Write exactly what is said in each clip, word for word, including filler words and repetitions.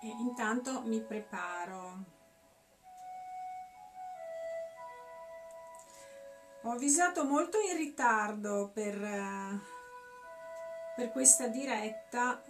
E intanto mi preparo. Ho avvisato molto in ritardo per, eh, per questa diretta,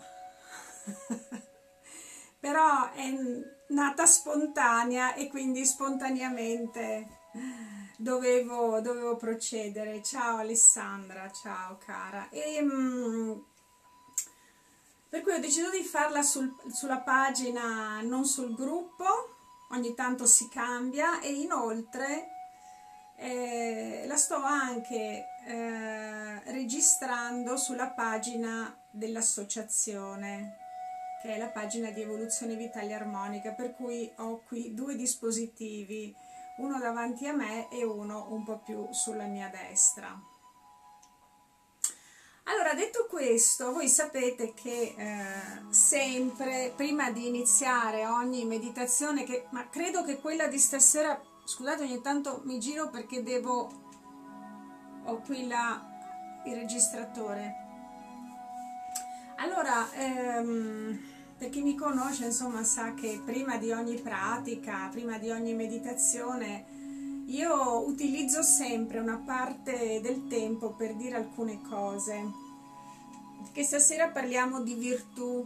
però è nata spontanea e quindi spontaneamente dovevo, dovevo procedere. Ciao Alessandra, ciao cara. E, mm, per cui ho deciso di farla sul- sulla pagina, non sul gruppo, ogni tanto si cambia, e inoltre eh, la sto anche eh, registrando sulla pagina dell'associazione, che è la pagina di Evoluzione Vitale Armonica, per cui ho qui due dispositivi, uno davanti a me e uno un po' più sulla mia destra. Allora, detto questo, voi sapete che eh, sempre prima di iniziare ogni meditazione, che, ma credo che quella di stasera, scusate, ogni tanto mi giro perché devo, ho qui la, il registratore. Allora, ehm, per chi mi conosce, insomma, sa che prima di ogni pratica, prima di ogni meditazione, io utilizzo sempre una parte del tempo per dire alcune cose. Che stasera parliamo di virtù,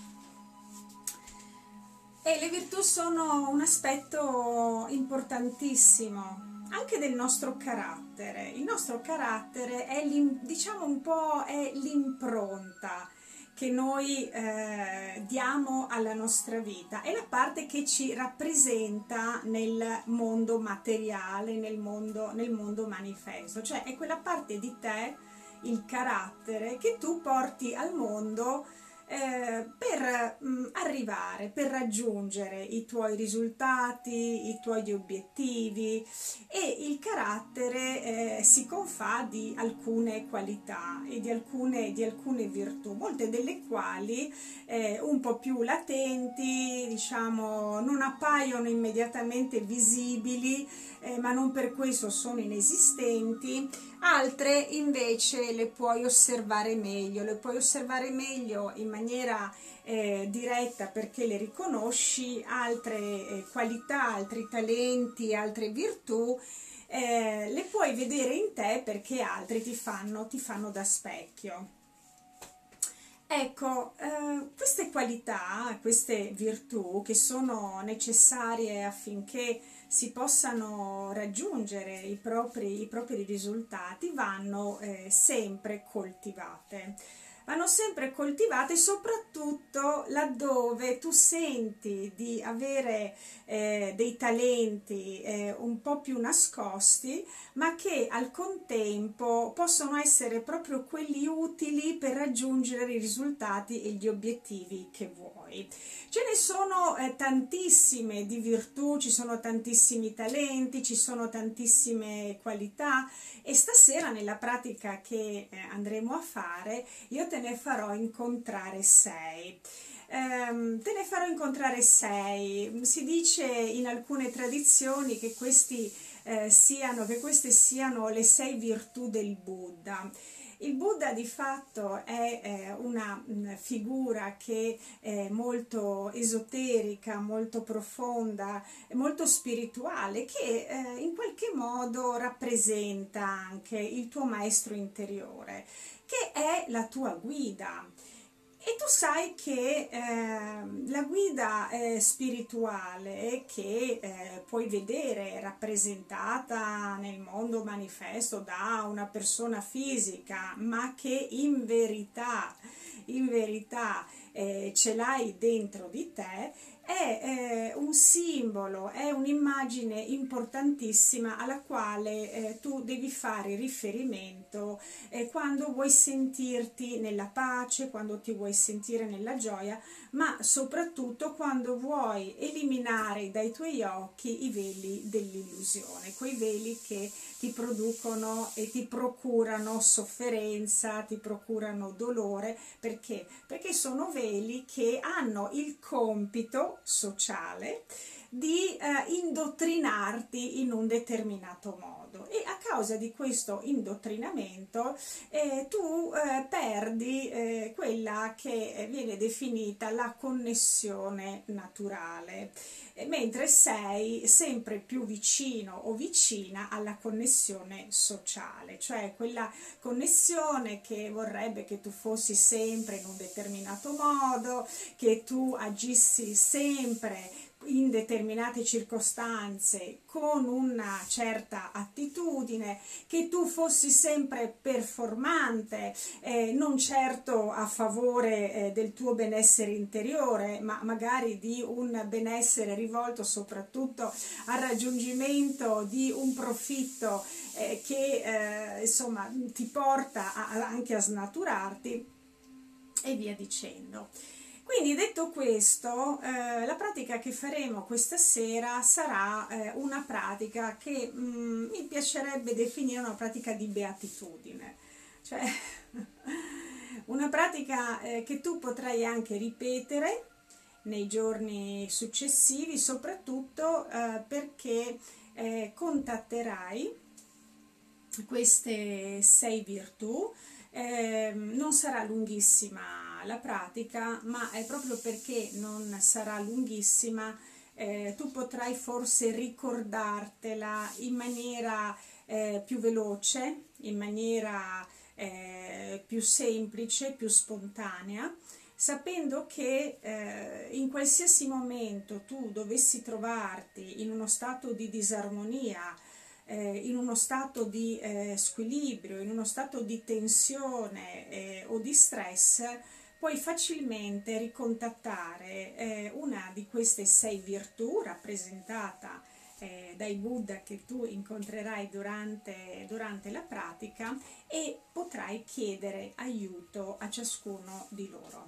e le virtù sono un aspetto importantissimo anche del nostro carattere. Il nostro carattere è, diciamo, un po' è l'impronta che noi eh, diamo alla nostra vita, è la parte che ci rappresenta nel mondo materiale, nel mondo, nel mondo manifesto, cioè è quella parte di te, il carattere, che tu porti al mondo eh, per mh, arrivare, per raggiungere i tuoi risultati, i tuoi obiettivi. E il carattere eh, si confà di alcune qualità e di alcune, di alcune virtù, molte delle quali eh, un po' più latenti, diciamo, non appaiono immediatamente visibili, eh, ma non per questo sono inesistenti. Altre invece le puoi osservare meglio, le puoi osservare meglio in maniera eh, diretta perché le riconosci. Altre eh, qualità, altri talenti, altre virtù eh, le puoi vedere in te perché altri ti fanno, ti fanno da specchio. Ecco, eh, queste qualità, queste virtù che sono necessarie affinché si possano raggiungere i propri, i propri risultati, vanno eh, sempre coltivate. Vanno sempre coltivate soprattutto laddove tu senti di avere eh, dei talenti eh, un po' più nascosti, ma che al contempo possono essere proprio quelli utili per raggiungere i risultati e gli obiettivi che vuoi. Ce ne sono eh, tantissime di virtù, ci sono tantissimi talenti, ci sono tantissime qualità, e stasera nella pratica che eh, andremo a fare io te ne farò incontrare sei. Um, te ne farò incontrare sei. Si dice in alcune tradizioni che, questi, eh, siano, che queste siano le sei virtù del Buddha. Il Buddha di fatto è eh, una mh, figura che è molto esoterica, molto profonda, molto spirituale, che eh, in qualche modo rappresenta anche il tuo maestro interiore, che è la tua guida. E tu sai che eh, la guida eh, spirituale che eh, puoi vedere rappresentata nel mondo manifesto da una persona fisica, ma che in verità, in verità eh, ce l'hai dentro di te, è eh, un simbolo, è un'immagine importantissima alla quale eh, tu devi fare riferimento eh, quando vuoi sentirti nella pace, quando ti vuoi sentire nella gioia, ma soprattutto quando vuoi eliminare dai tuoi occhi i veli dell'illusione, quei veli che ti producono e ti procurano sofferenza, ti procurano dolore. Perché? Perché sono veli che hanno il compito sociale di eh, indottrinarti in un determinato modo, e a causa di questo indottrinamento eh, tu eh, perdi eh, quella che viene definita la connessione naturale, eh, mentre sei sempre più vicino o vicina alla connessione sociale, cioè quella connessione che vorrebbe che tu fossi sempre in un determinato modo, che tu agissi sempre in determinate circostanze con una certa attitudine, che tu fossi sempre performante, eh, non certo a favore eh, del tuo benessere interiore, ma magari di un benessere rivolto soprattutto al raggiungimento di un profitto eh, che eh, insomma ti porta a, anche a snaturarti e via dicendo. Quindi, detto questo, eh, la pratica che faremo questa sera sarà eh, una pratica che mh, mi piacerebbe definire una pratica di beatitudine, cioè una pratica eh, che tu potrai anche ripetere nei giorni successivi, soprattutto eh, perché eh, contatterai queste sei virtù. Eh, non sarà lunghissima la pratica, ma è proprio perché non sarà lunghissima eh, tu potrai forse ricordartela in maniera eh, più veloce, in maniera eh, più semplice, più spontanea, sapendo che eh, in qualsiasi momento tu dovessi trovarti in uno stato di disarmonia, Eh, in uno stato di eh, squilibrio, in uno stato di tensione eh, o di stress, puoi facilmente ricontattare eh, una di queste sei virtù rappresentata eh, dai Buddha che tu incontrerai durante, durante la pratica, e potrai chiedere aiuto a ciascuno di loro.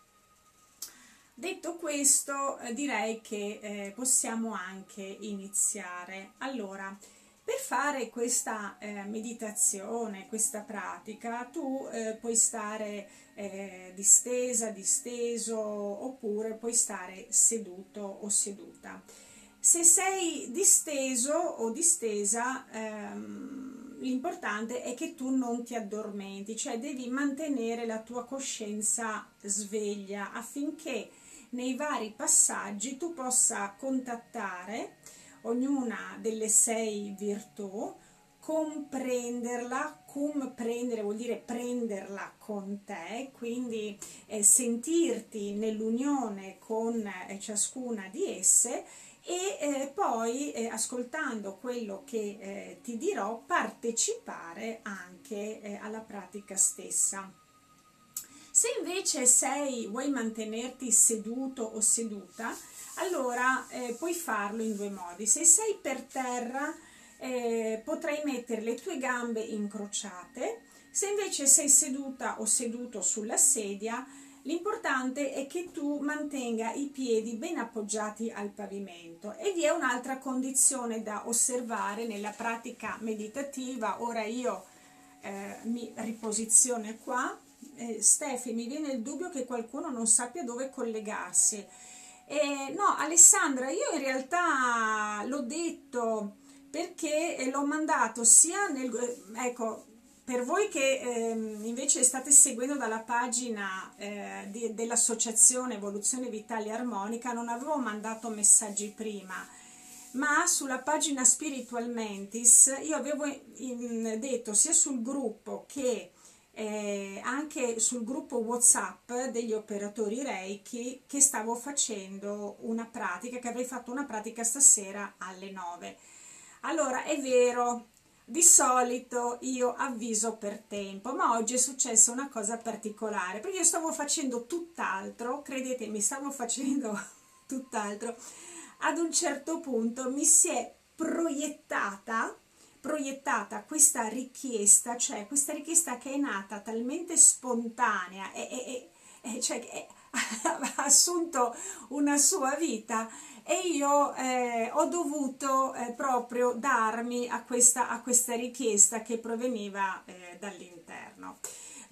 Detto questo, eh, direi che eh, possiamo anche iniziare. Allora, per fare questa eh, meditazione, questa pratica, tu eh, puoi stare eh, distesa, disteso, oppure puoi stare seduto o seduta. Se sei disteso o distesa, ehm, l'importante è che tu non ti addormenti, cioè devi mantenere la tua coscienza sveglia affinché nei vari passaggi tu possa contattare ognuna delle sei virtù, comprenderla. Cum prendere vuol dire prenderla con te, quindi eh, sentirti nell'unione con eh, ciascuna di esse, e eh, poi eh, ascoltando quello che eh, ti dirò, partecipare anche eh, alla pratica stessa. Se invece sei, vuoi mantenerti seduto o seduta, allora eh, puoi farlo in due modi. Se sei per terra eh, potrai mettere le tue gambe incrociate. Se invece sei seduta o seduto sulla sedia, l'importante è che tu mantenga i piedi ben appoggiati al pavimento. E vi è un'altra condizione da osservare nella pratica meditativa. Ora io eh, mi riposiziono qua. Eh, Stefi, mi viene il dubbio che qualcuno non sappia dove collegarsi. Eh, no, Alessandra, io in realtà l'ho detto perché l'ho mandato sia nel... Eh, ecco, per voi che eh, invece state seguendo dalla pagina eh, dell'associazione Evoluzione Vitale Armonica, non avevo mandato messaggi prima, ma sulla pagina Spiritual Mentis io avevo in, detto sia sul gruppo che Eh, anche sul gruppo WhatsApp degli operatori Reiki che stavo facendo una pratica, che avrei fatto una pratica stasera alle nove. Allora, è vero, di solito io avviso per tempo, ma oggi è successa una cosa particolare, perché io stavo facendo tutt'altro, credetemi, stavo facendo tutt'altro. Ad un certo punto mi si è proiettata proiettata questa richiesta, cioè questa richiesta che è nata talmente spontanea e, e, e cioè che ha assunto una sua vita, e io eh, ho dovuto eh, proprio darmi a questa, a questa richiesta che proveniva eh, dall'interno.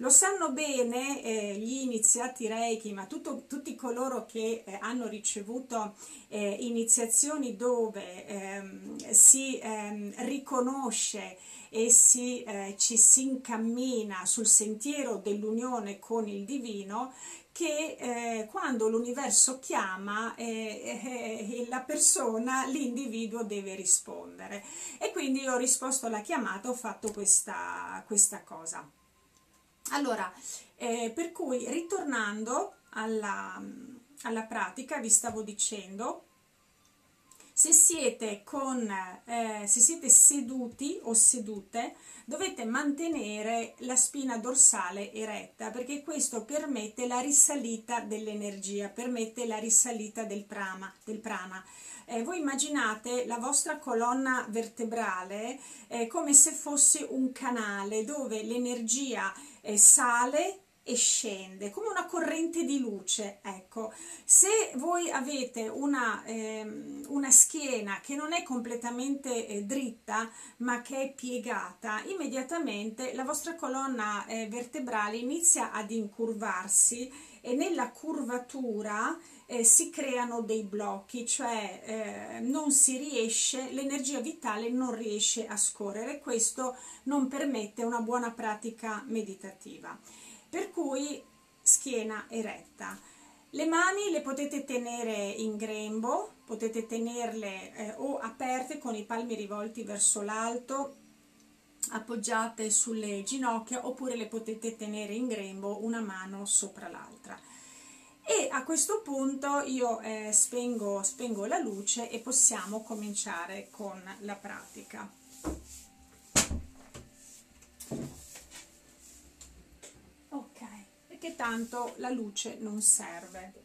Lo sanno bene eh, gli iniziati Reiki, ma tutto, tutti coloro che eh, hanno ricevuto eh, iniziazioni dove ehm, si ehm, riconosce e si, eh, ci si incammina sul sentiero dell'unione con il divino, che eh, quando l'universo chiama eh, eh, la persona, l'individuo deve rispondere. E quindi io ho risposto alla chiamata, ho fatto questa, questa cosa. Allora, eh, per cui ritornando alla, alla pratica, vi stavo dicendo, se siete, con, eh, se siete seduti o sedute, dovete mantenere la spina dorsale eretta, perché questo permette la risalita dell'energia, permette la risalita del prana. Del prana. Eh, voi immaginate la vostra colonna vertebrale eh, come se fosse un canale dove l'energia eh, sale e scende come una corrente di luce. Ecco, se voi avete una, ehm, una schiena che non è completamente eh, dritta ma che è piegata, immediatamente la vostra colonna eh, vertebrale inizia ad incurvarsi e nella curvatura eh, si creano dei blocchi, cioè eh, non si riesce, l'energia vitale non riesce a scorrere. Questo non permette una buona pratica meditativa. Per cui schiena eretta. Le mani le potete tenere in grembo, potete tenerle eh, o aperte con i palmi rivolti verso l'alto, appoggiate sulle ginocchia, oppure le potete tenere in grembo una mano sopra l'altra. E a questo punto io eh, spengo, spengo la luce e possiamo cominciare con la pratica. Ok, perché tanto la luce non serve.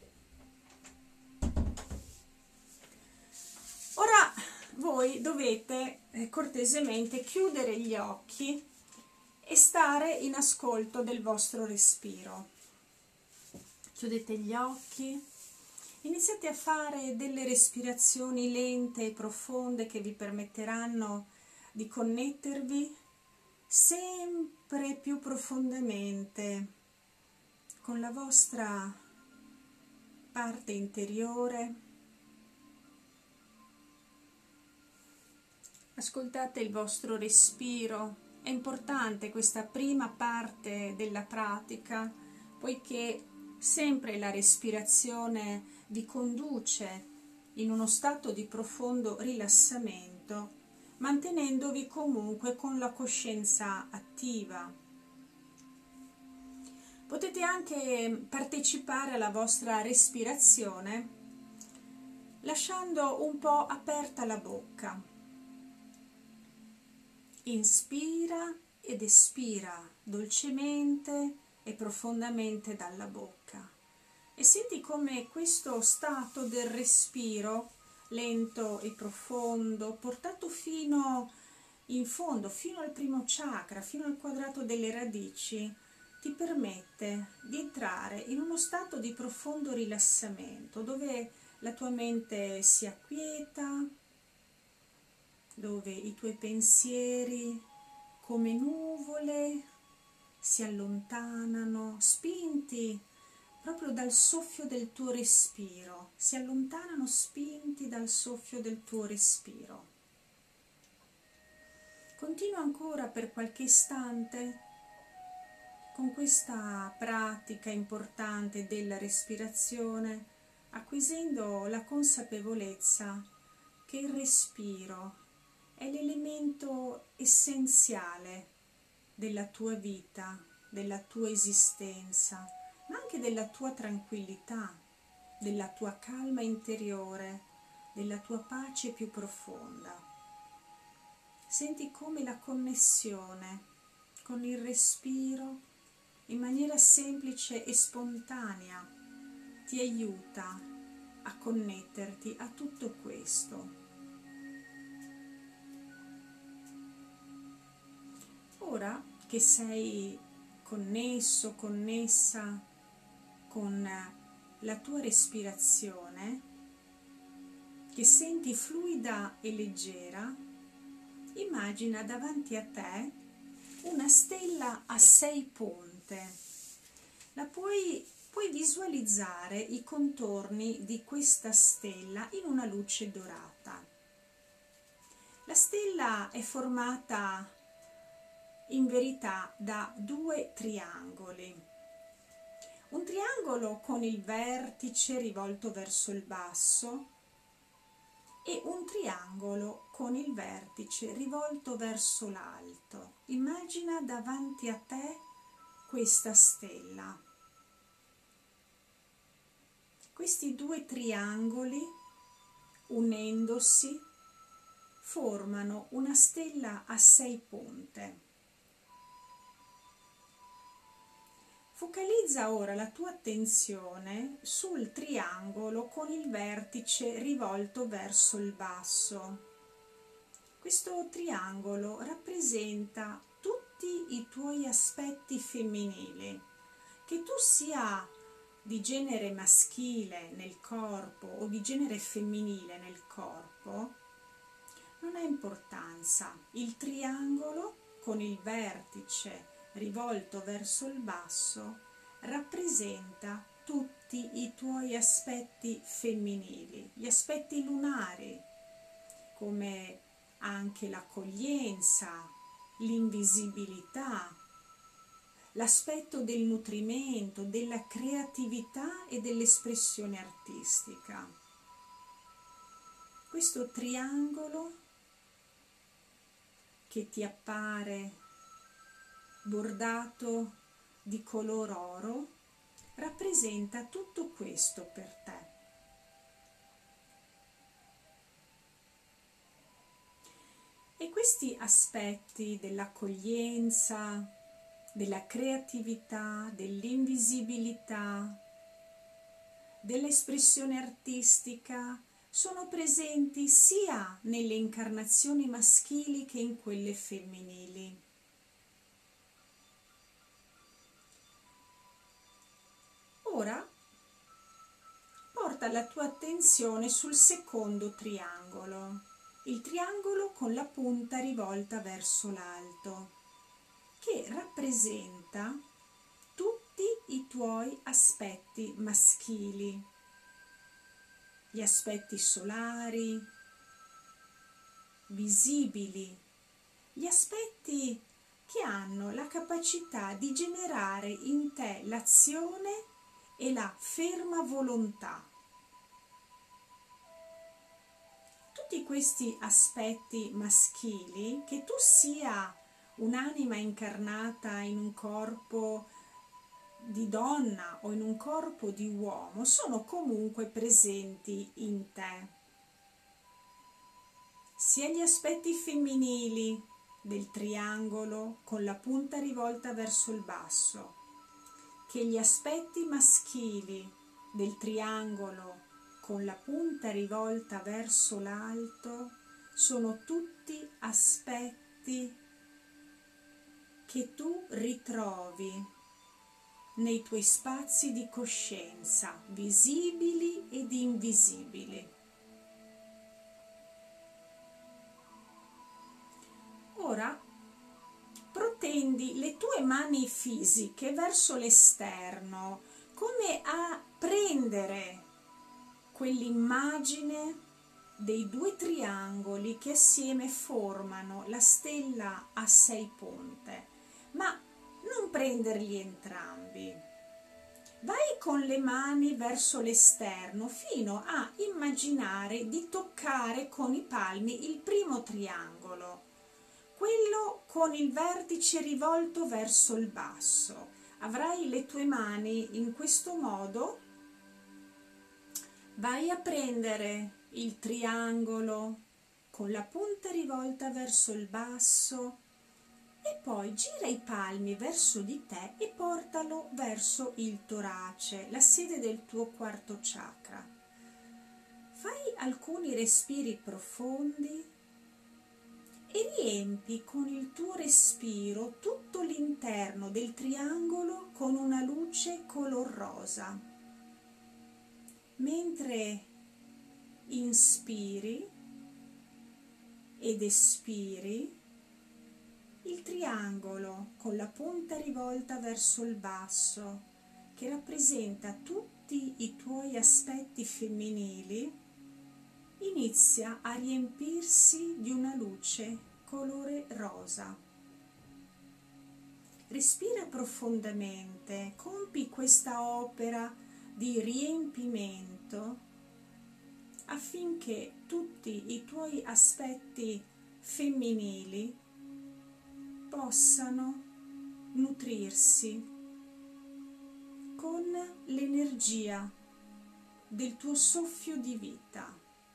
Ora voi dovete eh, cortesemente chiudere gli occhi e stare in ascolto del vostro respiro. Chiudete gli occhi, iniziate a fare delle respirazioni lente e profonde che vi permetteranno di connettervi sempre più profondamente con la vostra parte interiore. Ascoltate il vostro respiro. È importante questa prima parte della pratica, poiché sempre la respirazione vi conduce in uno stato di profondo rilassamento, mantenendovi comunque con la coscienza attiva. Potete anche partecipare alla vostra respirazione lasciando un po' aperta la bocca. Inspira ed espira dolcemente e profondamente dalla bocca e senti come questo stato del respiro lento e profondo, portato fino in fondo, fino al primo chakra, fino al quadrato delle radici, ti permette di entrare in uno stato di profondo rilassamento, dove la tua mente si acquieta, dove i tuoi pensieri come nuvole si allontanano, spinti proprio dal soffio del tuo respiro, si allontanano spinti dal soffio del tuo respiro. Continua ancora per qualche istante con questa pratica importante della respirazione, acquisendo la consapevolezza che il respiro è l'elemento essenziale della tua vita, della tua esistenza, ma anche della tua tranquillità, della tua calma interiore, della tua pace più profonda. Senti come la connessione con il respiro, in maniera semplice e spontanea, ti aiuta a connetterti a tutto questo. Ora che sei connesso, connessa con la tua respirazione, che senti fluida e leggera, immagina davanti a te una stella a sei punte. punte. La puoi, puoi visualizzare i contorni di questa stella in una luce dorata. La stella è formata in verità da due triangoli. Un triangolo con il vertice rivolto verso il basso e un triangolo con il vertice rivolto verso l'alto. Immagina davanti a te questa stella. Questi due triangoli, unendosi, formano una stella a sei punte. Focalizza ora la tua attenzione sul triangolo con il vertice rivolto verso il basso. Questo triangolo rappresenta tutti i tuoi aspetti femminili, che tu sia di genere maschile nel corpo o di genere femminile nel corpo, non ha importanza. Il triangolo con il vertice rivolto verso il basso rappresenta tutti i tuoi aspetti femminili, gli aspetti lunari, come anche l'accoglienza, l'invisibilità, l'aspetto del nutrimento, della creatività e dell'espressione artistica. Questo triangolo che ti appare bordato di color oro rappresenta tutto questo per te. E questi aspetti dell'accoglienza, della creatività, dell'invisibilità, dell'espressione artistica sono presenti sia nelle incarnazioni maschili che in quelle femminili. Ora porta la tua attenzione sul secondo triangolo, il triangolo con la punta rivolta verso l'alto, che rappresenta tutti i tuoi aspetti maschili, gli aspetti solari, visibili, gli aspetti che hanno la capacità di generare in te l'azione e la ferma volontà. Tutti questi aspetti maschili, che tu sia un'anima incarnata in un corpo di donna o in un corpo di uomo, sono comunque presenti in te. Sia gli aspetti femminili del triangolo con la punta rivolta verso il basso, che gli aspetti maschili del triangolo con la punta rivolta verso l'alto sono tutti aspetti che tu ritrovi nei tuoi spazi di coscienza, visibili ed invisibili. Ora protendi le tue mani fisiche verso l'esterno, come a prendere quell'immagine dei due triangoli che assieme formano la stella a sei punte, ma non prenderli entrambi. Vai con le mani verso l'esterno fino a immaginare di toccare con i palmi il primo triangolo, quello con il vertice rivolto verso il basso. Avrai le tue mani in questo modo. Vai a prendere il triangolo con la punta rivolta verso il basso e poi gira i palmi verso di te e portalo verso il torace, la sede del tuo quarto chakra. Fai alcuni respiri profondi e riempi con il tuo respiro tutto l'interno del triangolo con una luce color rosa. Mentre inspiri ed espiri, il triangolo con la punta rivolta verso il basso, che rappresenta tutti i tuoi aspetti femminili, inizia a riempirsi di una luce colore rosa. Respira profondamente, compi questa opera di riempimento affinché tutti i tuoi aspetti femminili possano nutrirsi con l'energia del tuo soffio di vita.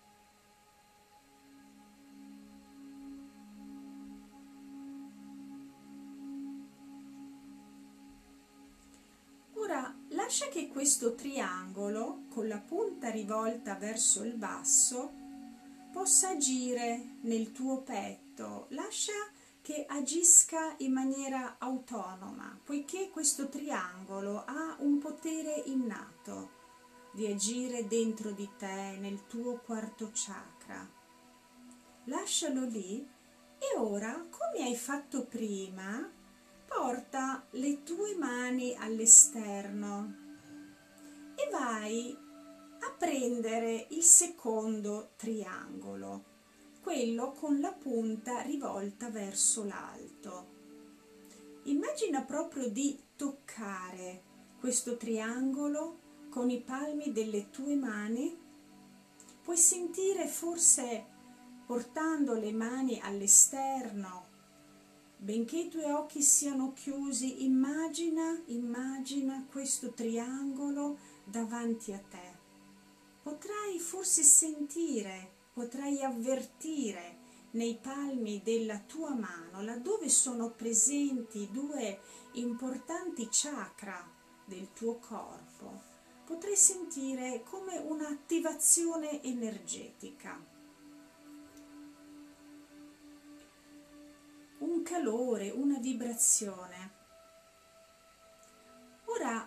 Ora lascia che questo triangolo con la punta rivolta verso il basso possa agire nel tuo petto, lascia che agisca in maniera autonoma, poiché questo triangolo ha un potere innato di agire dentro di te, nel tuo quarto chakra. Lascialo lì e ora, come hai fatto prima, porta le tue mani all'esterno e vai a prendere il secondo triangolo, quello con la punta rivolta verso l'alto. Immagina proprio di toccare questo triangolo con i palmi delle tue mani. Puoi sentire, forse portando le mani all'esterno, benché i tuoi occhi siano chiusi, immagina, immagina questo triangolo davanti a te. Potrai forse sentire, potrai avvertire nei palmi della tua mano, laddove sono presenti due importanti chakra del tuo corpo, potrai sentire come un'attivazione energetica, un calore, una vibrazione. Ora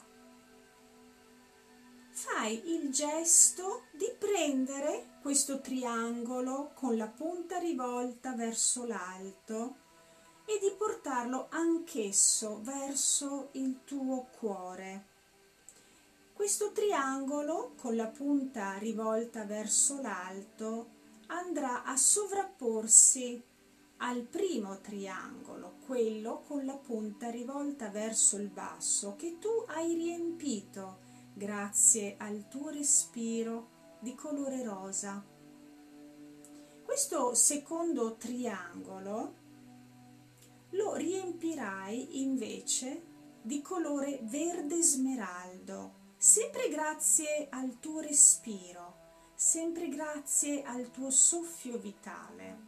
fai il gesto di prendere questo triangolo con la punta rivolta verso l'alto e di portarlo anch'esso verso il tuo cuore. Questo triangolo con la punta rivolta verso l'alto andrà a sovrapporsi al primo triangolo, quello con la punta rivolta verso il basso, che tu hai riempito grazie al tuo respiro di colore rosa. Questo secondo triangolo lo riempirai invece di colore verde smeraldo, sempre grazie al tuo respiro, sempre grazie al tuo soffio vitale.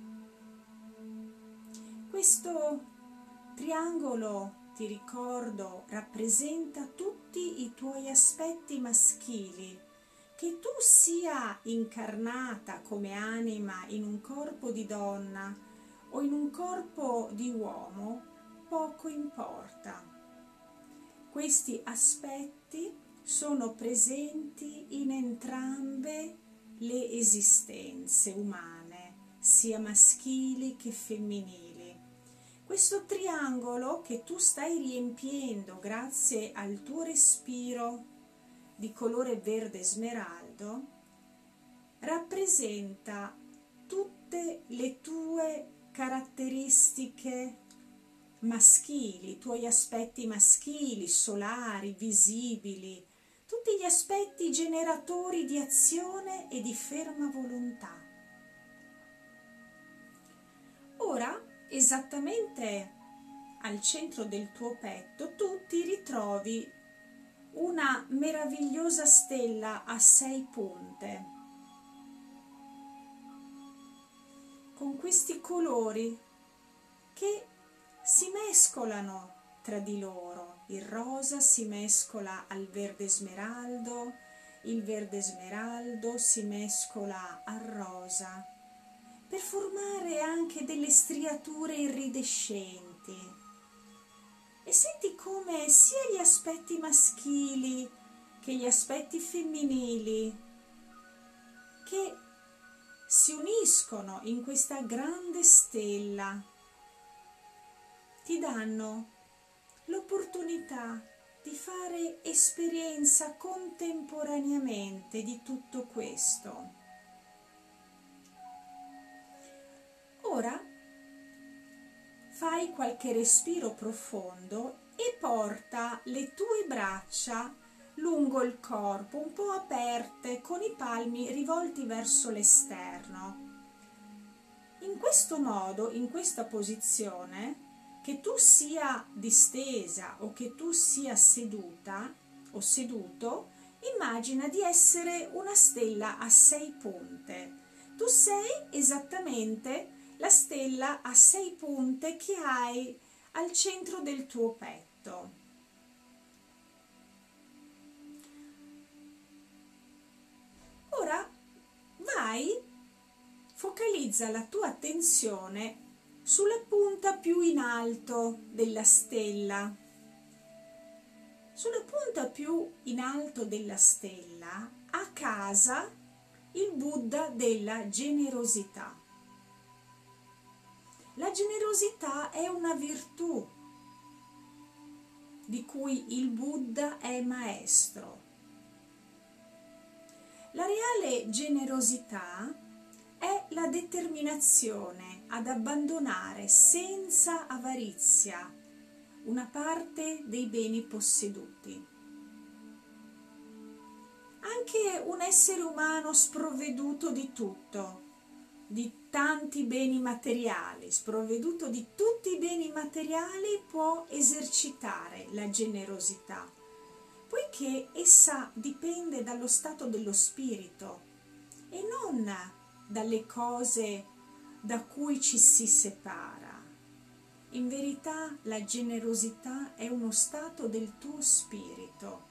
Questo triangolo, ti ricordo, rappresenta tutti i tuoi aspetti maschili, che tu sia incarnata come anima in un corpo di donna o in un corpo di uomo, poco importa. Questi aspetti sono presenti in entrambe le esistenze umane, sia maschili che femminili. Questo triangolo che tu stai riempiendo grazie al tuo respiro di colore verde smeraldo rappresenta tutte le tue caratteristiche maschili, i tuoi aspetti maschili, solari, visibili, tutti gli aspetti generatori di azione e di ferma volontà. Ora, esattamente al centro del tuo petto, tu ti ritrovi una meravigliosa stella a sei punte, con questi colori che si mescolano tra di loro. Il rosa si mescola al verde smeraldo, il verde smeraldo si mescola al rosa, per formare anche delle striature iridescenti. E senti come sia gli aspetti maschili che gli aspetti femminili, che si uniscono in questa grande stella, ti danno l'opportunità di fare esperienza contemporaneamente di tutto questo. Ora fai qualche respiro profondo e porta le tue braccia lungo il corpo, un po' aperte, con i palmi rivolti verso l'esterno. In questo modo, in questa posizione, che tu sia distesa o che tu sia seduta o seduto, immagina di essere una stella a sei punte. Tu sei esattamente la stella a sei punte che hai al centro del tuo petto. Ora vai, focalizza la tua attenzione sulla punta più in alto della stella. Sulla punta più in alto della stella ha casa il Buddha della generosità. La generosità è una virtù di cui il Buddha è maestro. La reale generosità è la determinazione ad abbandonare senza avarizia una parte dei beni posseduti. Anche un essere umano sprovveduto di tutto, di tanti beni materiali, sprovveduto di tutti i beni materiali, può esercitare la generosità, poiché essa dipende dallo stato dello spirito e non dalle cose da cui ci si separa. In verità la generosità è uno stato del tuo spirito.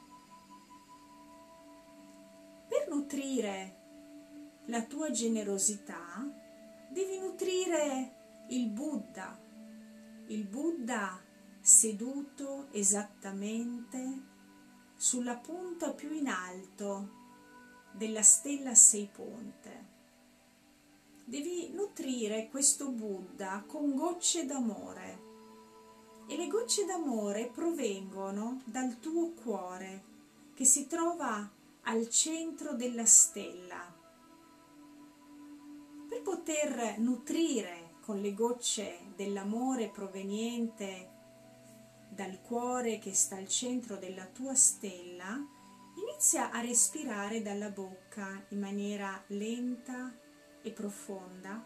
Per nutrire la tua generosità devi nutrire il Buddha, il Buddha seduto esattamente sulla punta più in alto della stella a sei punte. Devi nutrire questo Buddha con gocce d'amore e le gocce d'amore provengono dal tuo cuore che si trova al centro della stella. Per poter nutrire con le gocce dell'amore proveniente dal cuore che sta al centro della tua stella, inizia a respirare dalla bocca in maniera lenta e profonda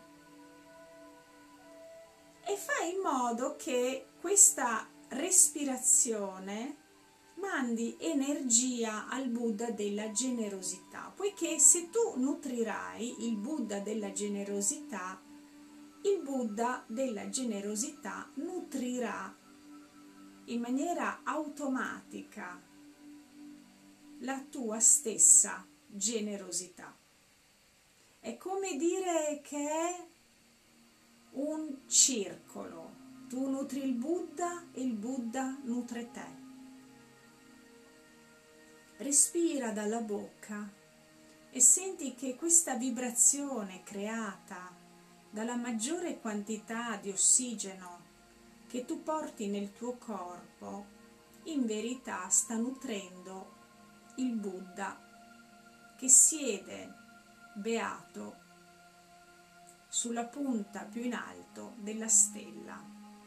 e fai in modo che questa respirazione mandi energia al Buddha della generosità, poiché se tu nutrirai il Buddha della generosità, il Buddha della generosità nutrirà in maniera automatica la tua stessa generosità. È come dire che è un circolo. Tu nutri il Buddha e il Buddha nutre te. Respira dalla bocca e senti che questa vibrazione creata dalla maggiore quantità di ossigeno che tu porti nel tuo corpo in verità sta nutrendo il Buddha che siede beato sulla punta più in alto della stella.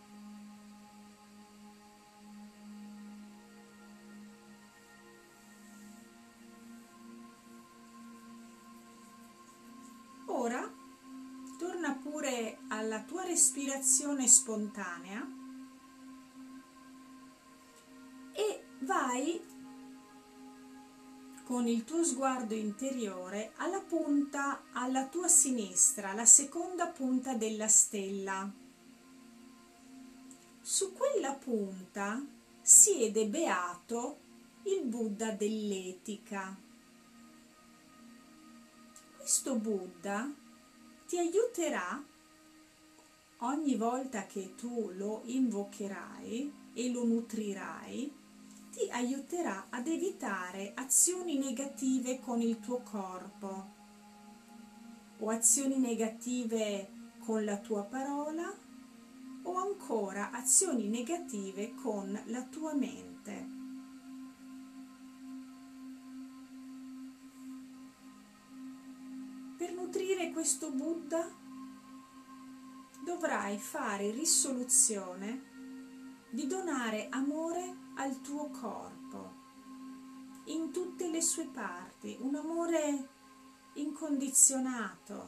Ora torna pure alla tua respirazione spontanea e vai con il tuo sguardo interiore alla punta, alla tua sinistra, la seconda punta della stella. Su quella punta siede beato il Buddha dell'etica. Questo Buddha ti aiuterà ogni volta che tu lo invocherai e lo nutrirai, ti aiuterà ad evitare azioni negative con il tuo corpo o azioni negative con la tua parola o ancora azioni negative con la tua mente. Per nutrire questo Buddha dovrai fare risoluzione di donare amore al tuo corpo, in tutte le sue parti, un amore incondizionato,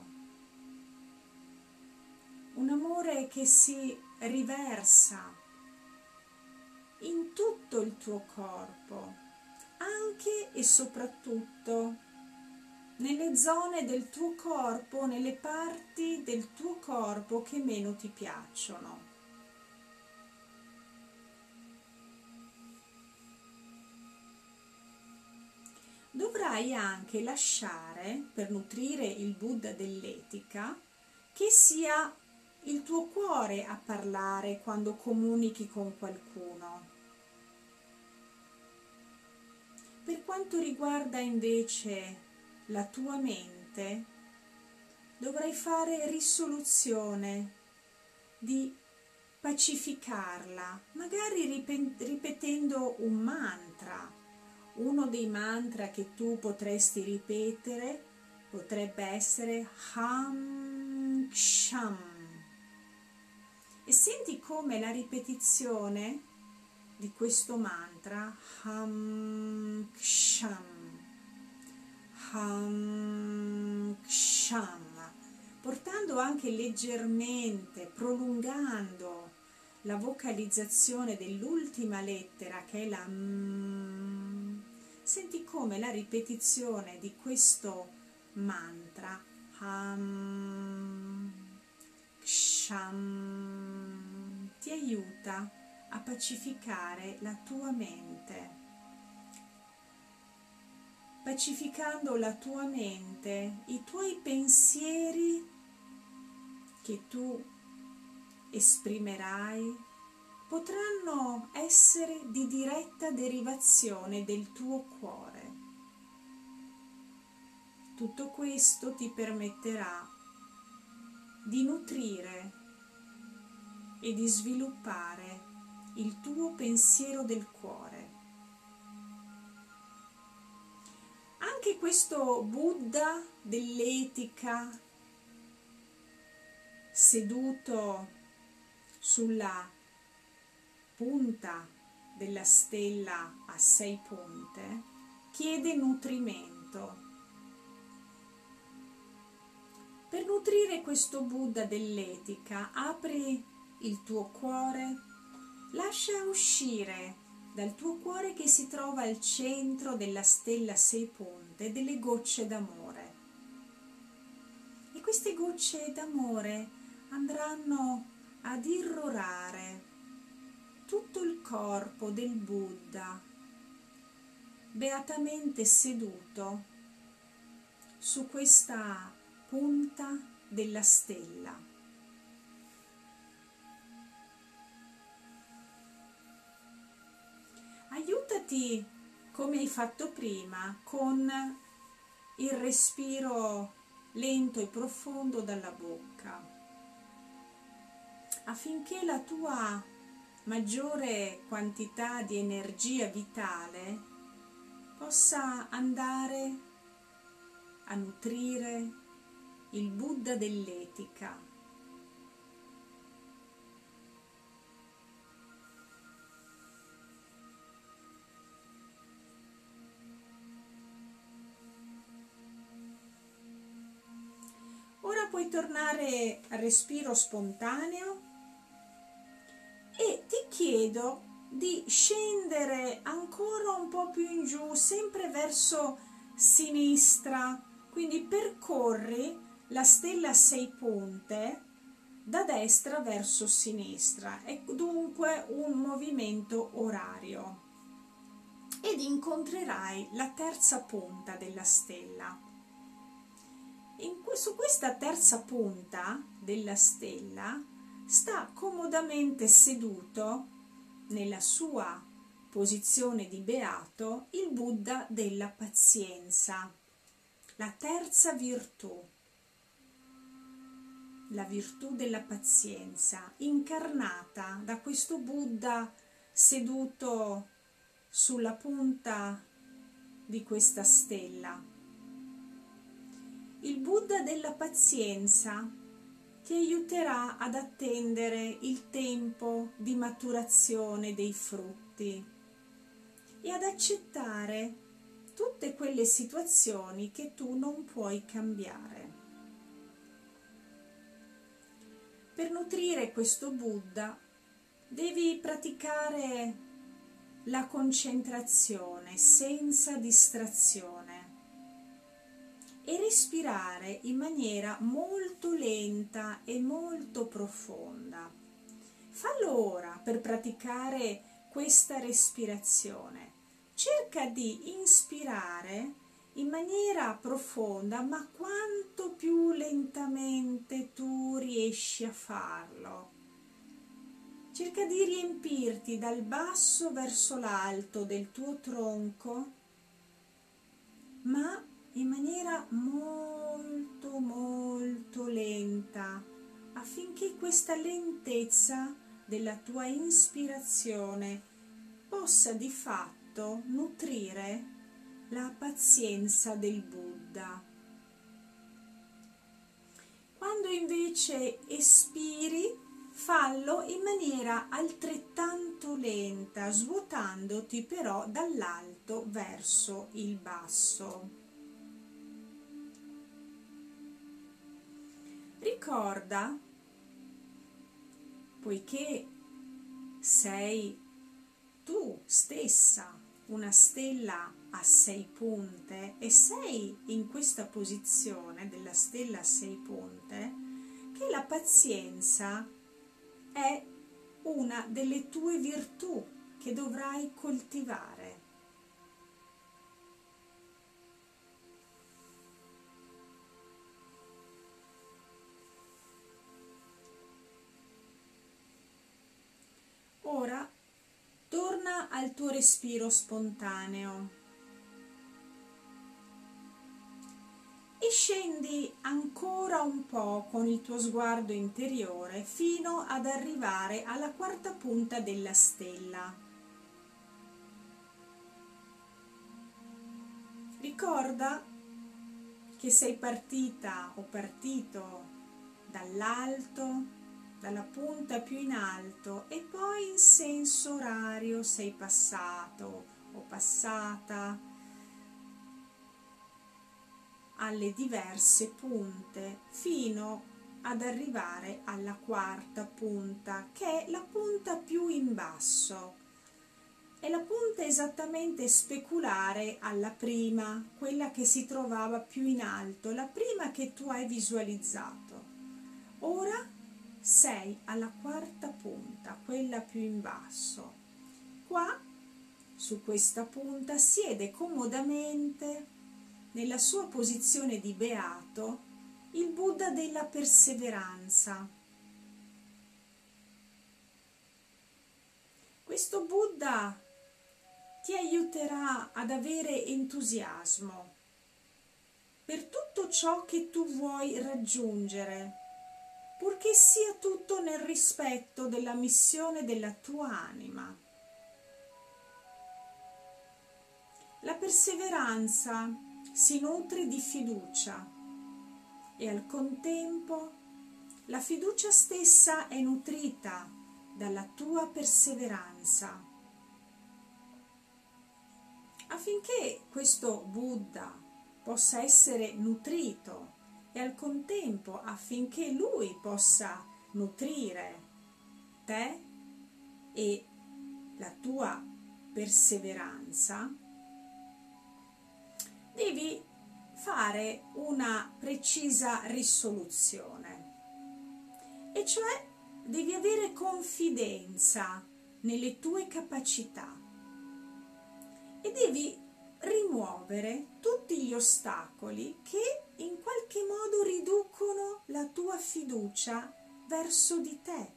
un amore che si riversa in tutto il tuo corpo, anche e soprattutto nelle zone del tuo corpo, nelle parti del tuo corpo che meno ti piacciono. Dovrai anche lasciare, per nutrire il Buddha dell'etica, che sia il tuo cuore a parlare quando comunichi con qualcuno. Per quanto riguarda invece la tua mente, dovrai fare risoluzione di pacificarla, magari ripetendo un mantra. Uno dei mantra che tu potresti ripetere potrebbe essere Ham Sham. E senti come la ripetizione di questo mantra Ham Sham Ham Sham, portando anche leggermente, prolungando la vocalizzazione dell'ultima lettera che è la M. Senti come la ripetizione di questo mantra Ham Sham ti aiuta a pacificare la tua mente. Pacificando la tua mente, i tuoi pensieri che tu esprimerai potranno essere di diretta derivazione del tuo cuore. Tutto questo ti permetterà di nutrire e di sviluppare il tuo pensiero del cuore. Anche questo Buddha dell'etica, seduto sulla punta della stella a sei punte, chiede nutrimento. Per nutrire questo Buddha dell'etica, apri il tuo cuore, lascia uscire dal tuo cuore, che si trova al centro della stella a sei punte, delle gocce d'amore. E queste gocce d'amore andranno ad irrorare tutto il corpo del Buddha, beatamente seduto su questa punta della stella. Aiutati, come hai fatto prima, con il respiro lento e profondo dalla bocca, affinché la tua maggiore quantità di energia vitale possa andare a nutrire il Buddha dell'etica. Ora puoi tornare al respiro spontaneo e ti chiedo di scendere ancora un po' più in giù, sempre verso sinistra, quindi percorri la stella a sei punte da destra verso sinistra, è dunque un movimento orario, ed incontrerai la terza punta della stella. In, su questa terza punta della stella sta comodamente seduto nella sua posizione di beato il Buddha della pazienza, la terza virtù. la virtù della pazienza, incarnata da questo Buddha seduto sulla punta di questa stella. Il Buddha della pazienza ti aiuterà ad attendere il tempo di maturazione dei frutti e ad accettare tutte quelle situazioni che tu non puoi cambiare. Per nutrire questo Buddha devi praticare la concentrazione senza distrazione e respirare in maniera molto lenta e molto profonda. Fallo ora per praticare questa respirazione. Cerca di inspirare in maniera profonda, ma quanto più lentamente tu riesci a farlo. Cerca di riempirti dal basso verso l'alto del tuo tronco, ma in maniera molto molto lenta, affinché questa lentezza della tua ispirazione possa di fatto nutrire la pazienza del Buddha. Quando invece espiri, fallo in maniera altrettanto lenta, svuotandoti però dall'alto verso il basso. Ricorda, poiché sei tu stessa una stella a sei punte e sei in questa posizione della stella a sei punte, che la pazienza è una delle tue virtù che dovrai coltivare. Ora torna al tuo respiro spontaneo e scendi ancora un po' con il tuo sguardo interiore fino ad arrivare alla quarta punta della stella. Ricorda che sei partita o partito dall'alto, dalla punta più in alto, e poi in senso orario sei passato o passata alle diverse punte fino ad arrivare alla quarta punta, che è la punta più in basso. È la punta esattamente speculare alla prima, quella che si trovava più in alto, la prima che tu hai visualizzato. Ora sei alla quarta punta, quella più in basso. Qua, su questa punta, siede comodamente, nella sua posizione di beato, il Buddha della perseveranza. Questo Buddha ti aiuterà ad avere entusiasmo per tutto ciò che tu vuoi raggiungere, purché sia tutto nel rispetto della missione della tua anima. La perseveranza si nutre di fiducia e al contempo la fiducia stessa è nutrita dalla tua perseveranza. Affinché questo Buddha possa essere nutrito e al contempo affinché lui possa nutrire te e la tua perseveranza, devi fare una precisa risoluzione, e cioè devi avere confidenza nelle tue capacità e devi rimuovere tutti gli ostacoli che in qualche modo riducono la tua fiducia verso di te.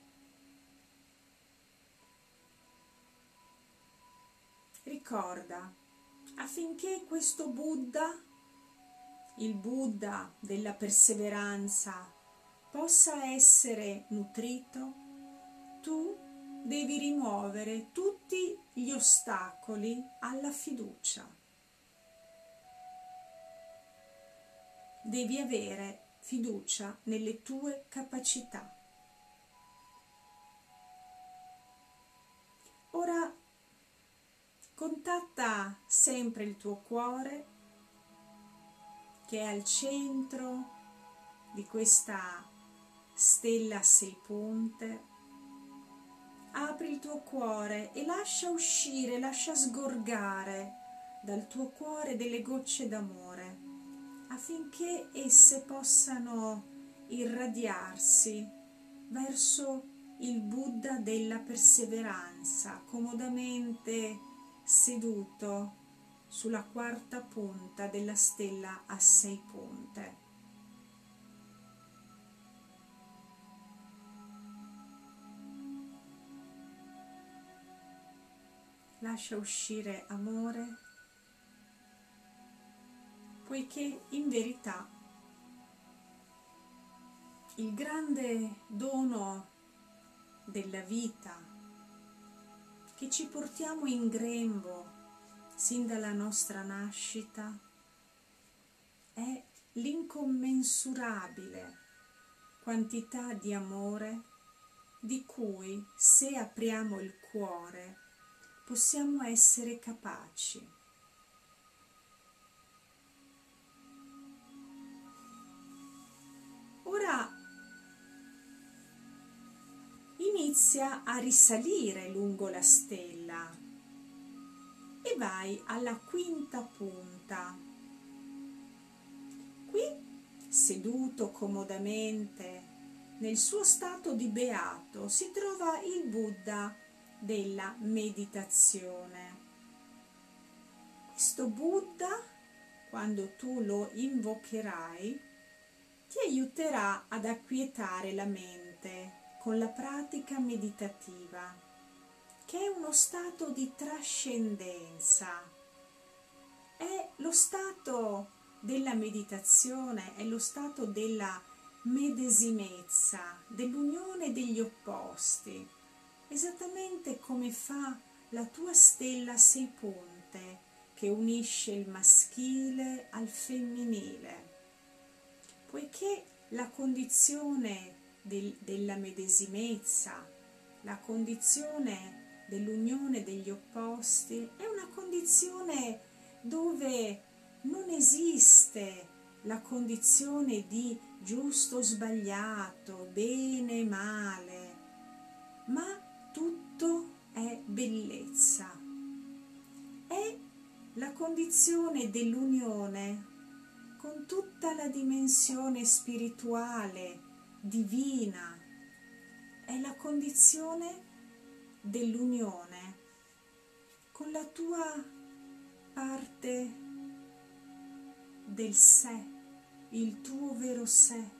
Ricorda, affinché questo Buddha, il Buddha della perseveranza, possa essere nutrito, tu devi rimuovere tutti gli ostacoli alla fiducia. Devi avere fiducia nelle tue capacità. Ora contatta sempre il tuo cuore, che è al centro di questa stella a sei punte. Apri il tuo cuore e lascia uscire, lascia sgorgare dal tuo cuore delle gocce d'amore, affinché esse possano irradiarsi verso il Buddha della perseveranza, comodamente seduto sulla quarta punta della stella a sei punte. Lascia uscire amore, poiché in verità il grande dono della vita che ci portiamo in grembo sin dalla nostra nascita è l'incommensurabile quantità di amore di cui, se apriamo il cuore, possiamo essere capaci. Ora inizia a risalire lungo la stella e vai alla quinta punta. Qui, seduto comodamente nel suo stato di beato, si trova il Buddha della meditazione. Questo Buddha, quando tu lo invocherai, ti aiuterà ad acquietare la mente con la pratica meditativa, che è uno stato di trascendenza. È lo stato della meditazione, è lo stato della medesimezza, dell'unione degli opposti, esattamente come fa la tua stella a sei punte, che unisce il maschile al femminile. Poiché la condizione del, della medesimezza, la condizione dell'unione degli opposti, è una condizione dove non esiste la condizione di giusto o sbagliato, bene e male, ma tutto è bellezza. È la condizione dell'unione con tutta la dimensione spirituale, divina. È la condizione dell'unione con la tua parte del sé, il tuo vero sé.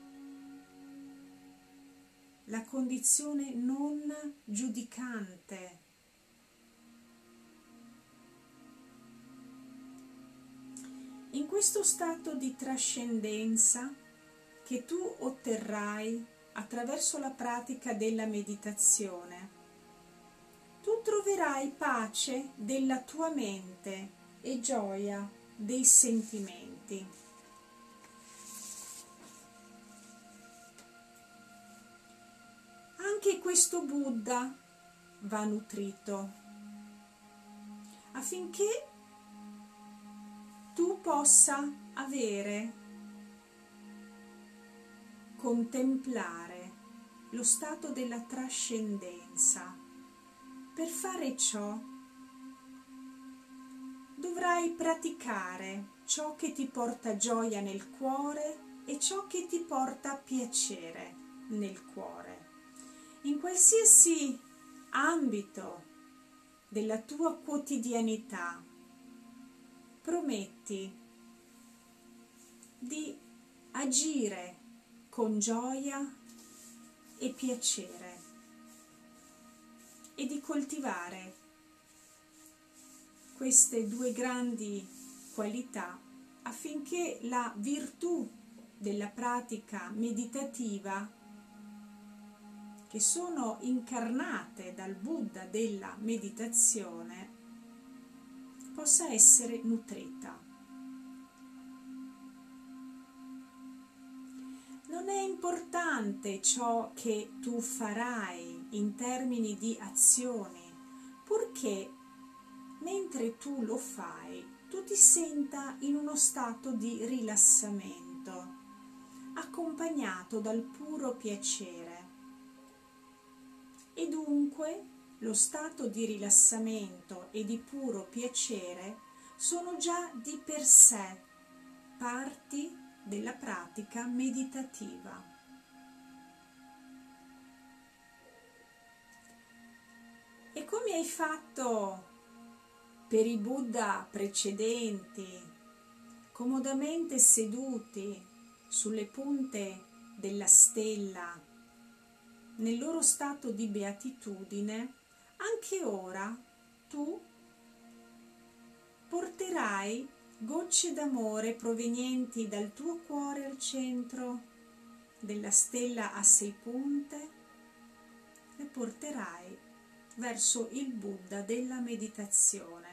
La condizione non giudicante. In questo stato di trascendenza che tu otterrai attraverso la pratica della meditazione, tu troverai pace della tua mente e gioia dei sentimenti. Anche questo Buddha va nutrito affinché tu possa avere, contemplare lo stato della trascendenza. Per fare ciò dovrai praticare ciò che ti porta gioia nel cuore e ciò che ti porta piacere nel cuore. In qualsiasi ambito della tua quotidianità, prometti di agire con gioia e piacere e di coltivare queste due grandi qualità affinché la virtù della pratica meditativa che sono incarnate dal Buddha della meditazione possa essere nutrita. Non è importante ciò che tu farai in termini di azioni, purché mentre tu lo fai, tu ti senta in uno stato di rilassamento, accompagnato dal puro piacere. E dunque lo stato di rilassamento e di puro piacere sono già di per sé parti della pratica meditativa. E come hai fatto per i Buddha precedenti, comodamente seduti sulle punte della stella, nel loro stato di beatitudine, anche ora tu porterai gocce d'amore provenienti dal tuo cuore al centro della stella a sei punte, le porterai verso il Buddha della meditazione.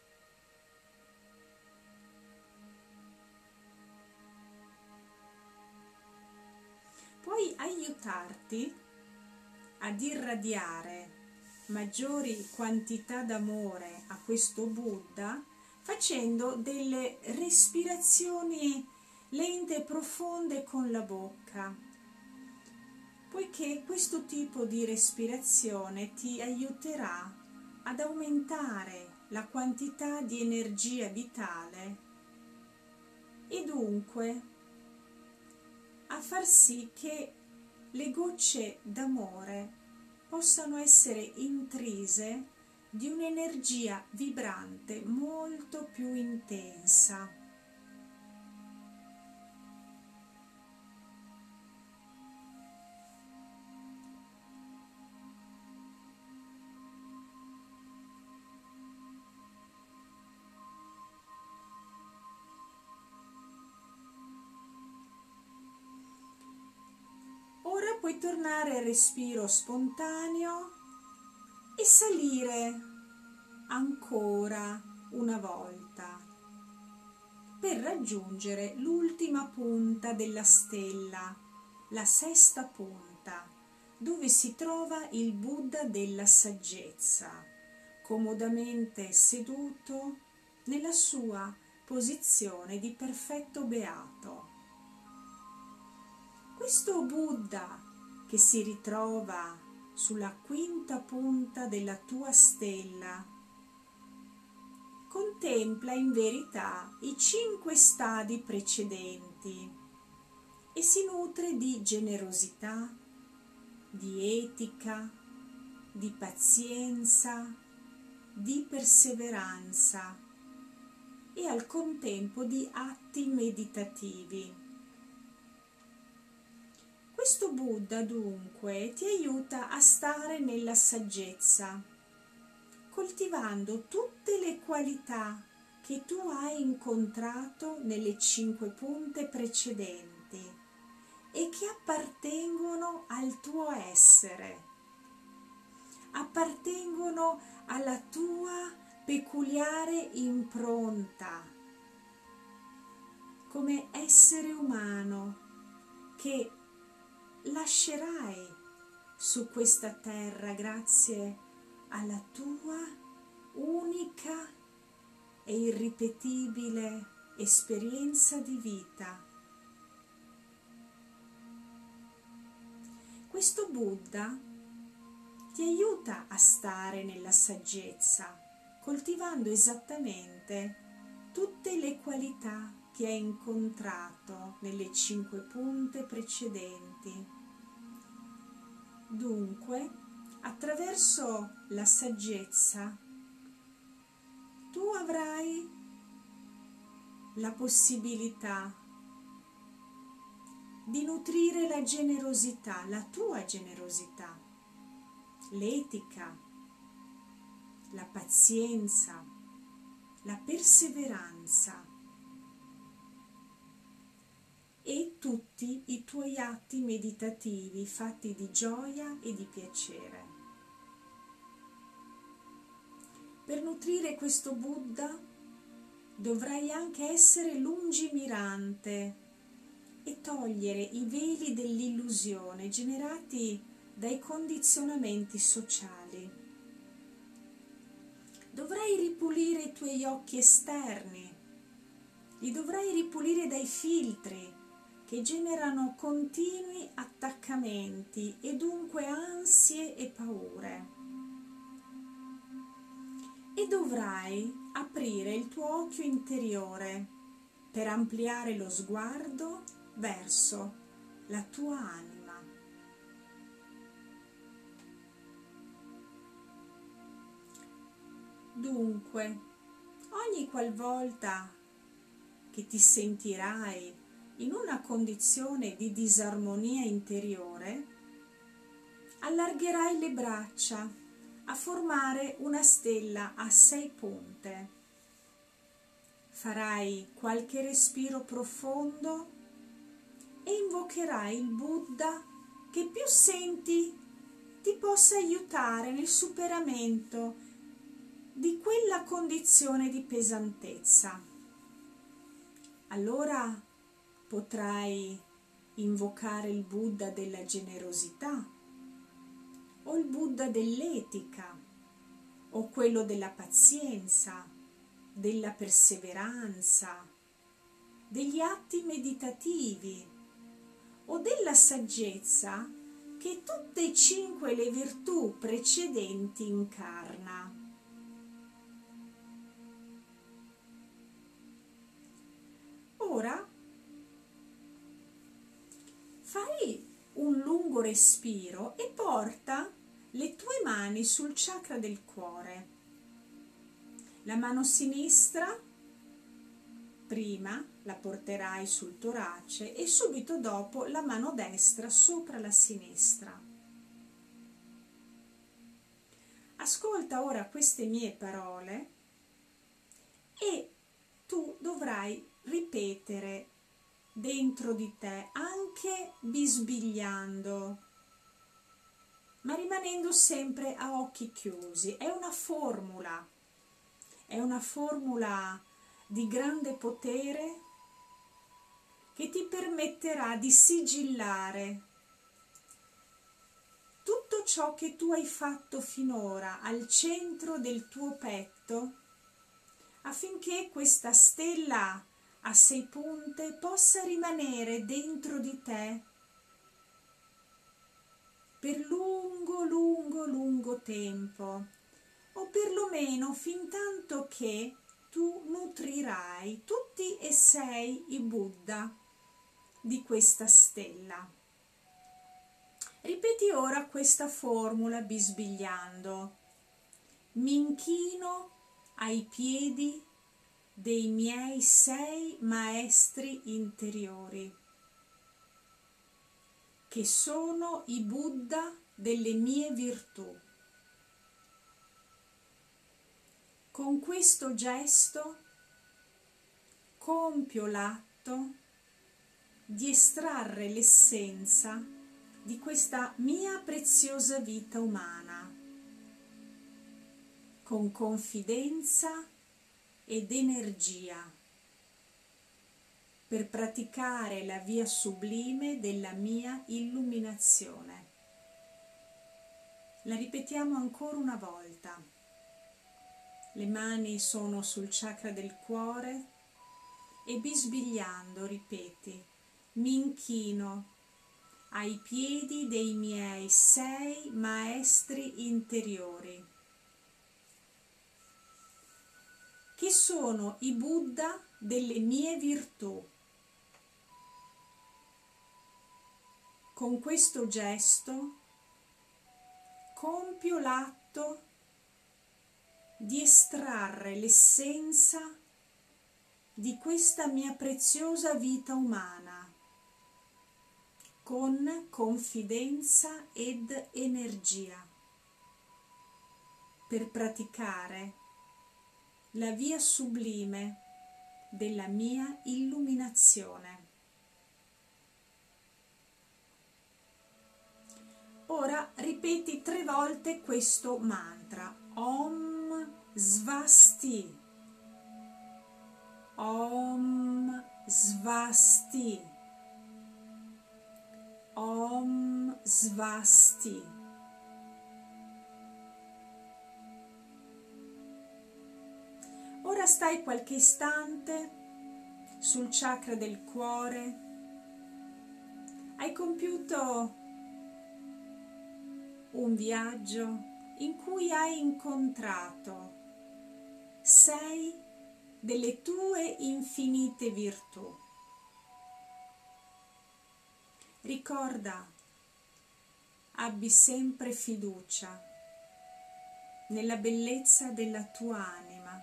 Puoi aiutarti ad irradiare maggiori quantità d'amore a questo Buddha facendo delle respirazioni lente e profonde con la bocca, poiché questo tipo di respirazione ti aiuterà ad aumentare la quantità di energia vitale e dunque a far sì che le gocce d'amore possano essere intrise di un'energia vibrante molto più intensa. Ora puoi tornare al respiro spontaneo e salire ancora una volta per raggiungere l'ultima punta della stella, la sesta punta, dove si trova il Buddha della saggezza, comodamente seduto nella sua posizione di perfetto beato. Questo Buddha che si ritrova sulla quinta punta della tua stella contempla in verità i cinque stadi precedenti e si nutre di generosità, di etica, di pazienza, di perseveranza e al contempo di atti meditativi. Questo Buddha dunque ti aiuta a stare nella saggezza, coltivando tutte le qualità che tu hai incontrato nelle cinque punte precedenti e che appartengono al tuo essere, appartengono alla tua peculiare impronta come essere umano che lascerai su questa terra grazie alla tua unica e irripetibile esperienza di vita. Questo Buddha ti aiuta a stare nella saggezza, coltivando esattamente tutte le qualità che hai incontrato nelle cinque punte precedenti. Dunque, attraverso la saggezza, tu avrai la possibilità di nutrire la generosità, la tua generosità, l'etica, la pazienza, la perseveranza e tutti i tuoi atti meditativi fatti di gioia e di piacere. Per nutrire questo Buddha dovrai anche essere lungimirante e togliere i veli dell'illusione generati dai condizionamenti sociali. Dovrai ripulire i tuoi occhi esterni, li dovrai ripulire dai filtri che generano continui attaccamenti e dunque ansie e paure. E dovrai aprire il tuo occhio interiore per ampliare lo sguardo verso la tua anima. Dunque, ogni qualvolta che ti sentirai in una condizione di disarmonia interiore, allargherai le braccia a formare una stella a sei punte. Farai qualche respiro profondo e invocherai il Buddha che più senti ti possa aiutare nel superamento di quella condizione di pesantezza. Allora potrai invocare il Buddha della generosità, o il Buddha dell'etica, o quello della pazienza, della perseveranza, degli atti meditativi o della saggezza che tutte e cinque le virtù precedenti incarna. Ora fai un lungo respiro e porta le tue mani sul chakra del cuore. La mano sinistra prima la porterai sul torace e subito dopo la mano destra sopra la sinistra. Ascolta ora queste mie parole e tu dovrai ripetere dentro di te, anche bisbigliando, ma rimanendo sempre a occhi chiusi. È una formula, è una formula di grande potere che ti permetterà di sigillare tutto ciò che tu hai fatto finora al centro del tuo petto, affinché questa stella a sei punte possa rimanere dentro di te per lungo, lungo, lungo tempo, o perlomeno fin tanto che tu nutrirai tutti e sei i Buddha di questa stella. Ripeti ora questa formula bisbigliando: mi inchino ai piedi dei miei sei maestri interiori, che sono i Buddha delle mie virtù. Con questo gesto compio l'atto di estrarre l'essenza di questa mia preziosa vita umana, con confidenza ed energia, per praticare la via sublime della mia illuminazione. La ripetiamo ancora una volta. Le mani sono sul chakra del cuore e bisbigliando ripeti: mi inchino ai piedi dei miei sei maestri interiori, che sono i Buddha delle mie virtù. Con questo gesto compio l'atto di estrarre l'essenza di questa mia preziosa vita umana, con confidenza ed energia, per praticare la via sublime della mia illuminazione. Ora ripeti tre volte questo mantra. Om Svasti. Om Svasti. Om Svasti. Ora stai qualche istante sul chakra del cuore. Hai compiuto un viaggio in cui hai incontrato sei delle tue infinite virtù. Ricorda, abbi sempre fiducia nella bellezza della tua anima.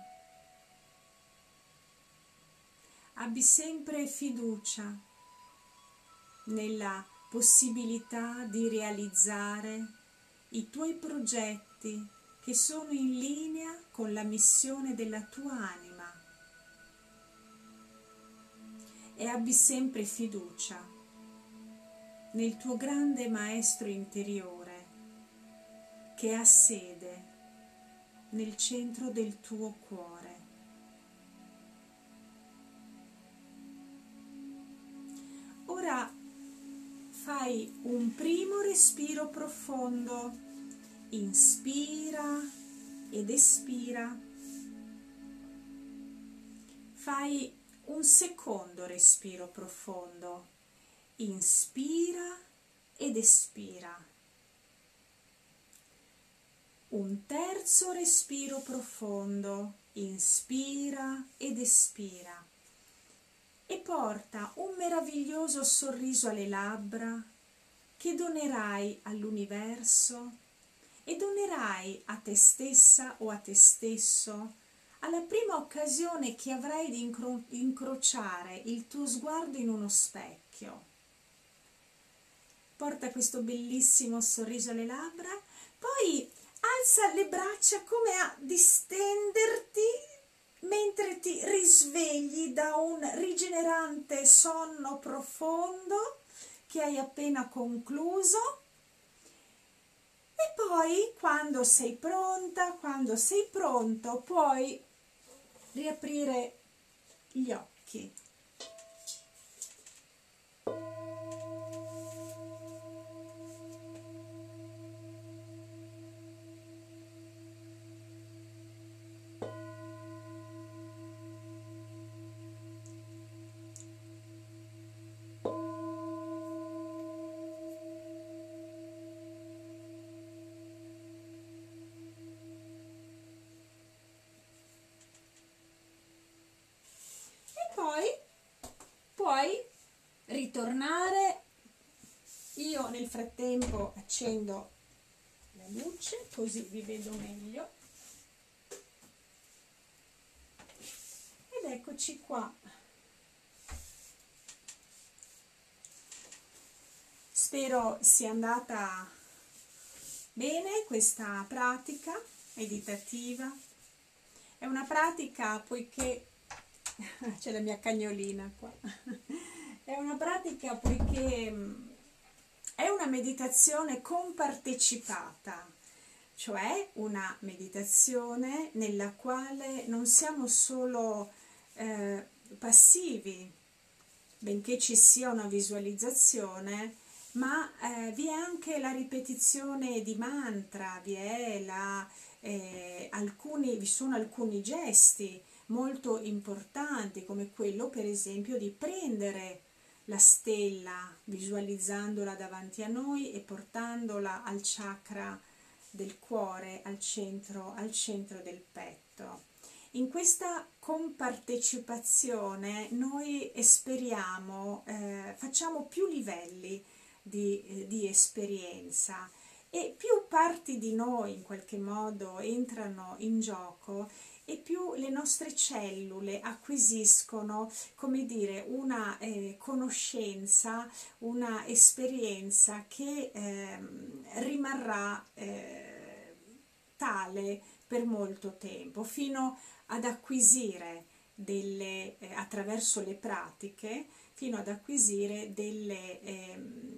Abbi sempre fiducia nella possibilità di realizzare i tuoi progetti che sono in linea con la missione della tua anima, e abbi sempre fiducia nel tuo grande maestro interiore che ha sede nel centro del tuo cuore. Ora fai un primo respiro profondo, inspira ed espira. Fai un secondo respiro profondo, inspira ed espira. Un terzo respiro profondo, inspira ed espira. E porta un meraviglioso sorriso alle labbra che donerai all'universo e donerai a te stessa o a te stesso alla prima occasione che avrai di incro- incrociare il tuo sguardo in uno specchio. Porta questo bellissimo sorriso alle labbra, poi alza le braccia come a distenderti mentre ti risvegli da un rigenerante sonno profondo che hai appena concluso, e poi quando sei pronta, quando sei pronto, puoi riaprire gli occhi. Poi puoi ritornare. Io nel frattempo accendo la luce così vi vedo meglio, ed eccoci qua. Spero sia andata bene questa pratica meditativa. È una pratica, poiché c'è la mia cagnolina qua, è una pratica poiché è una meditazione compartecipata, cioè una meditazione nella quale non siamo solo eh, passivi, benché ci sia una visualizzazione, ma eh, vi è anche la ripetizione di mantra, vi è la, eh, alcuni, vi sono alcuni gesti molto importanti, come quello per esempio di prendere la stella visualizzandola davanti a noi e portandola al chakra del cuore, al centro, al centro del petto. In questa compartecipazione noi esperiamo, eh, facciamo più livelli di, eh, di esperienza, e più parti di noi in qualche modo entrano in gioco e più le nostre cellule acquisiscono, come dire, una eh, conoscenza, una esperienza che eh, rimarrà eh, tale per molto tempo, fino ad acquisire delle, eh, attraverso le pratiche, fino ad acquisire delle, eh,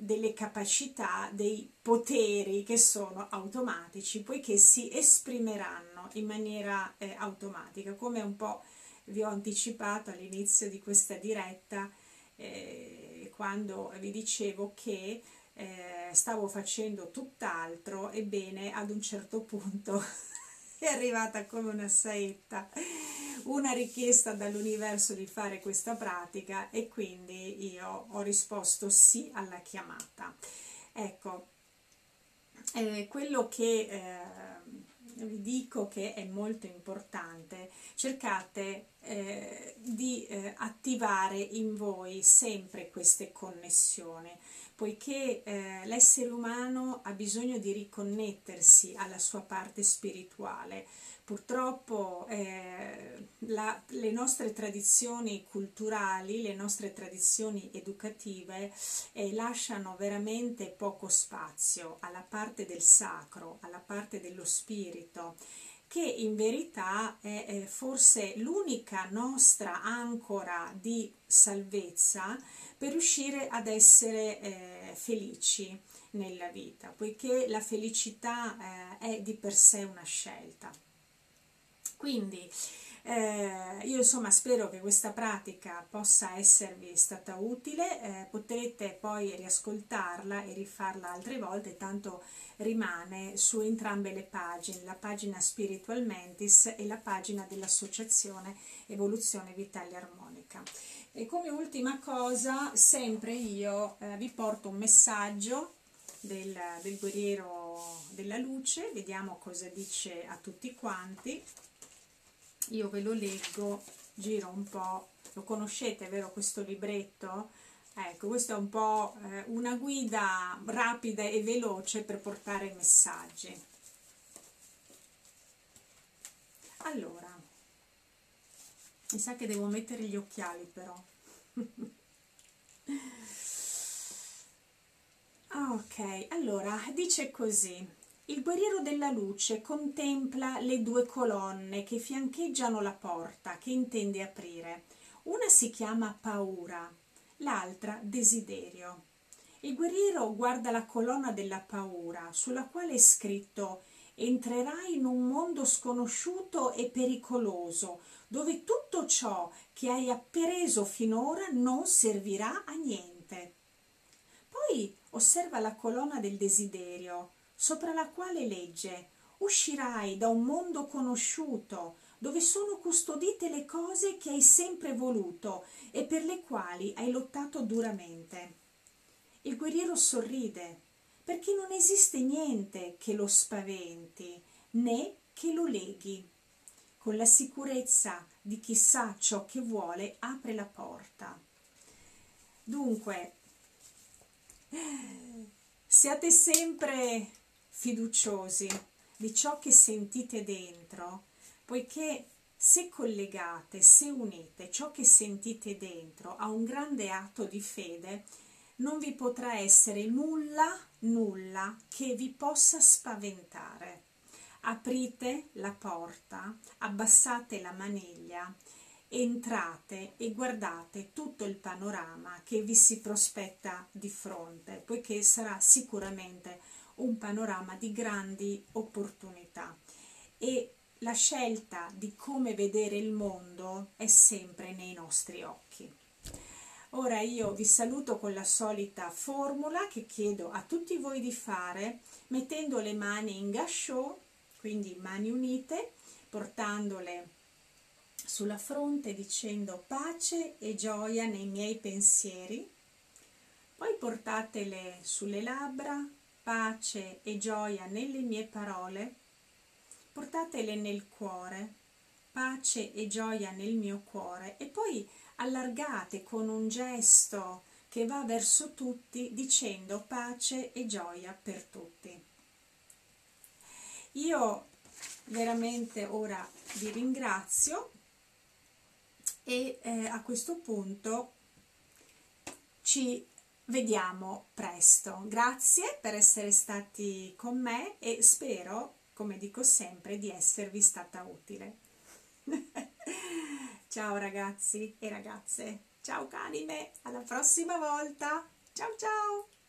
delle capacità, dei poteri che sono automatici, poiché si esprimeranno in maniera eh, automatica, come un po' vi ho anticipato all'inizio di questa diretta, eh, quando vi dicevo che eh, stavo facendo tutt'altro. Ebbene, ad un certo punto è arrivata come una saetta una richiesta dall'universo di fare questa pratica, e quindi io ho risposto sì alla chiamata. Ecco, eh, quello che eh, vi dico che è molto importante: cercate eh, di eh, attivare in voi sempre queste connessioni, poiché eh, l'essere umano ha bisogno di riconnettersi alla sua parte spirituale. Purtroppo eh, la, le nostre tradizioni culturali, le nostre tradizioni educative eh, lasciano veramente poco spazio alla parte del sacro, alla parte dello spirito, che in verità è, è forse l'unica nostra ancora di salvezza per riuscire ad essere eh, felici nella vita, poiché la felicità eh, è di per sé una scelta. Quindi eh, io insomma spero che questa pratica possa esservi stata utile, eh, potrete poi riascoltarla e rifarla altre volte, tanto rimane su entrambe le pagine, la pagina Spiritual Mentis e la pagina dell'associazione Evoluzione Vitale Armonica. E come ultima cosa, sempre io eh, vi porto un messaggio del, del guerriero della luce, vediamo cosa dice a tutti quanti. Io ve lo leggo, giro un po', lo conoscete, vero, questo libretto? Ecco, questo è un po' eh, una guida rapida e veloce per portare messaggi. Allora, mi sa che devo mettere gli occhiali però. Ok, allora, dice così: il guerriero della luce contempla le due colonne che fiancheggiano la porta che intende aprire. Una si chiama paura, l'altra desiderio. Il guerriero guarda la colonna della paura, sulla quale è scritto: entrerai in un mondo sconosciuto e pericoloso, dove tutto ciò che hai appreso finora non servirà a niente. Poi osserva la colonna del desiderio, sopra la quale legge: uscirai da un mondo conosciuto, dove sono custodite le cose che hai sempre voluto e per le quali hai lottato duramente. Il guerriero sorride, perché non esiste niente che lo spaventi, né che lo leghi. Con la sicurezza di chi sa ciò che vuole, apre la porta. Dunque, siate sempre fiduciosi di ciò che sentite dentro, poiché se collegate, se unite ciò che sentite dentro a un grande atto di fede, non vi potrà essere nulla, nulla che vi possa spaventare. Aprite la porta, abbassate la maniglia, entrate e guardate tutto il panorama che vi si prospetta di fronte, poiché sarà sicuramente un panorama di grandi opportunità, e la scelta di come vedere il mondo è sempre nei nostri occhi. Ora io vi saluto con la solita formula che chiedo a tutti voi di fare, mettendo le mani in gâchot, quindi mani unite, portandole sulla fronte, dicendo pace e gioia nei miei pensieri. Poi portatele sulle labbra, pace e gioia nelle mie parole. Portatele nel cuore, pace e gioia nel mio cuore, e poi allargate con un gesto che va verso tutti, dicendo pace e gioia per tutti. Io veramente ora vi ringrazio e eh, a questo punto ci vediamo presto. Grazie per essere stati con me e spero, come dico sempre, di esservi stata utile. Ciao ragazzi e ragazze, ciao canime, alla prossima volta, ciao ciao!